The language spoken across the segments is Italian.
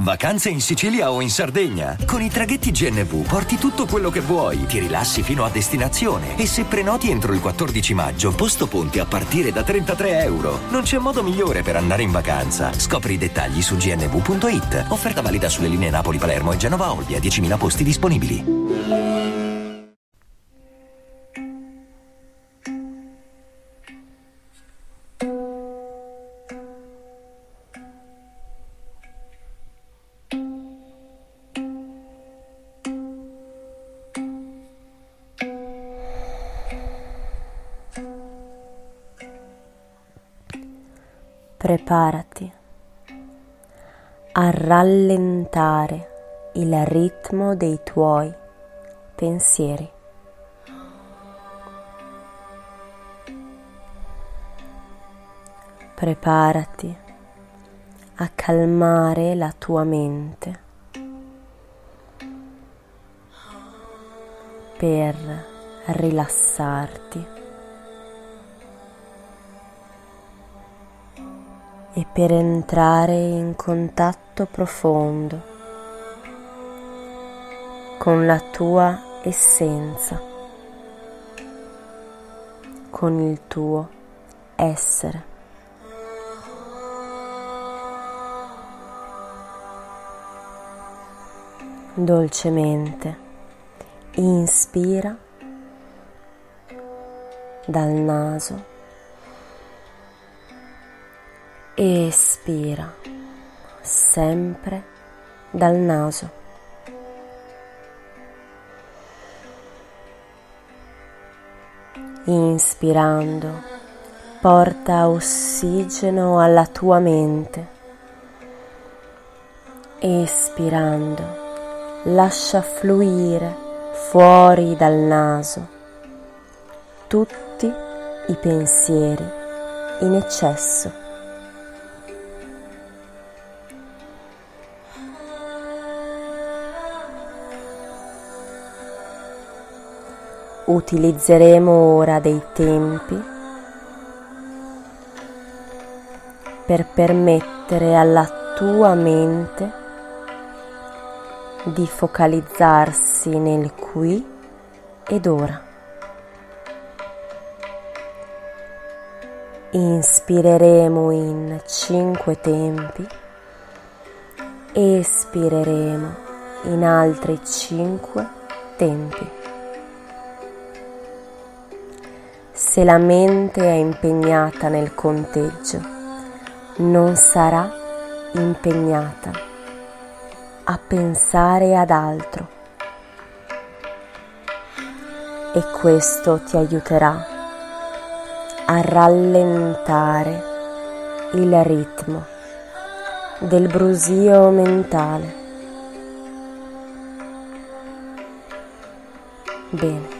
Vacanze in Sicilia o in Sardegna? Con i traghetti GNV porti tutto quello che vuoi, ti rilassi fino a destinazione e se prenoti entro il 14 maggio, posto ponti a partire da €33. Non c'è modo migliore per andare in vacanza. Scopri i dettagli su gnv.it. Offerta valida sulle linee Napoli-Palermo e Genova-Olbia, 10.000 posti disponibili. Preparati a rallentare il ritmo dei tuoi pensieri. Preparati a calmare la tua mente per rilassarti e per entrare in contatto profondo con la tua essenza, con il tuo essere. Dolcemente inspira dal naso. Espira sempre dal naso. Inspirando, porta ossigeno alla tua mente. Espirando, lascia fluire fuori dal naso tutti i pensieri in eccesso. Utilizzeremo ora dei tempi per permettere alla tua mente di focalizzarsi nel qui ed ora. Inspireremo in 5 tempi, espireremo in altri 5 tempi. Se la mente è impegnata nel conteggio, non sarà impegnata a pensare ad altro e questo ti aiuterà a rallentare il ritmo del brusio mentale. Bene.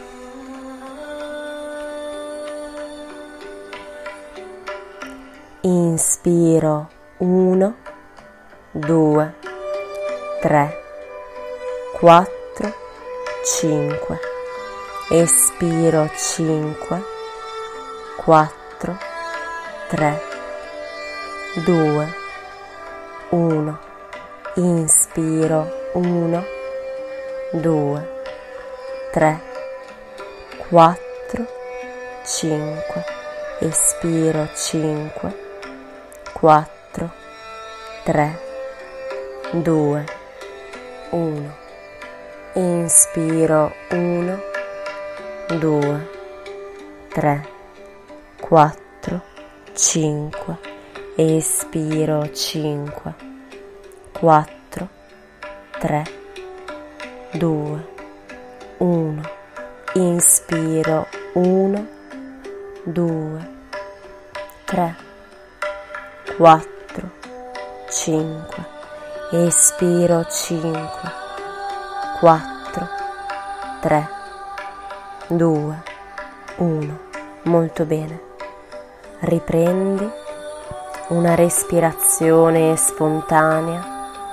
Inspiro 1, 2, 3, 4, 5. Espiro 5, 4, 3, 2, 1. Inspiro 1, 2, 3, 4, 5. Espiro 5, 4, 3, 2, 1. Inspiro 1, 2, 3, 4, 5. Espiro 5, 4, 3, 2, 1. Inspiro 1, 2, 3, 4, 5. Espiro 5, 4, 3, 2, 1. Molto bene. Riprendi una respirazione spontanea,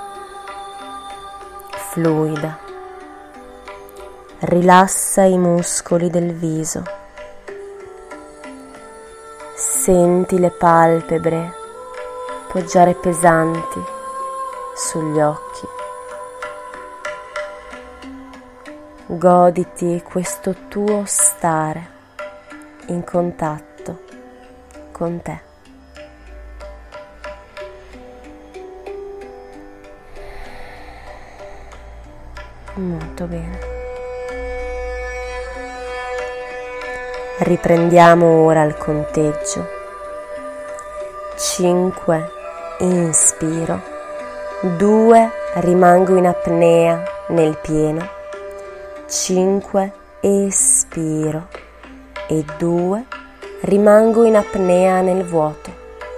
fluida. Rilassa i muscoli del viso. Senti le palpebre poggiare pesanti sugli occhi. Goditi questo tuo stare in contatto con te. Molto bene. Riprendiamo ora il conteggio. 5 inspiro, 2 rimango in apnea nel pieno, 5 espiro e 2 rimango in apnea nel vuoto.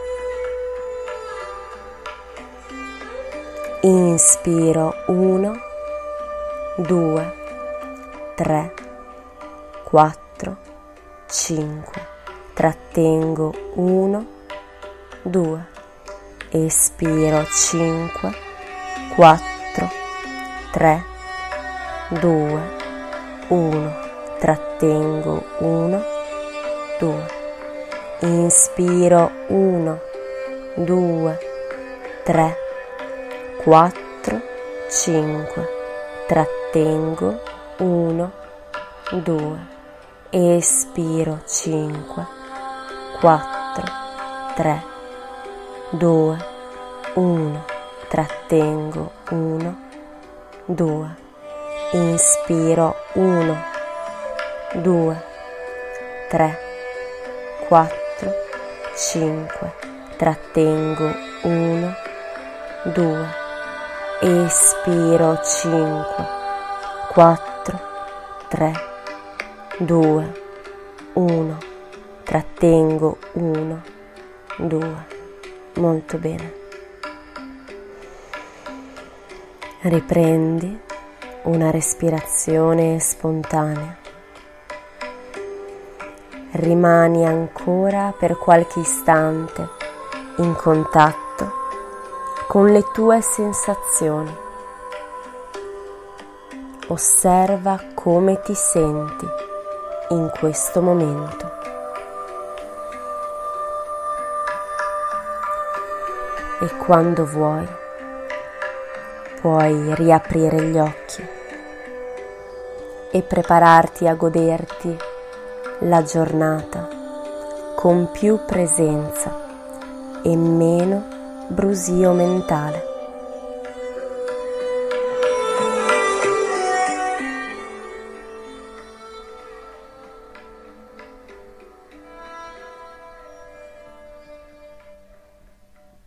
Inspiro 1, 2, 3, 4, 5, trattengo 1, 2, espiro 5, 4, 3, 2, 1, trattengo 1, 2, inspiro 1, 2, 3, 4, 5, trattengo 1, 2, espiro 5, 4, 3, 2, 1, trattengo 1, 2, inspiro 1, 2, 3, 4, 5, trattengo 1, 2, espiro 5, 4, 3, 2, 1, trattengo 1, 2. Molto bene. Riprendi una respirazione spontanea. Rimani ancora per qualche istante in contatto con le tue sensazioni. Osserva come ti senti in questo momento. E quando vuoi, puoi riaprire gli occhi e prepararti a goderti la giornata con più presenza e meno brusio mentale.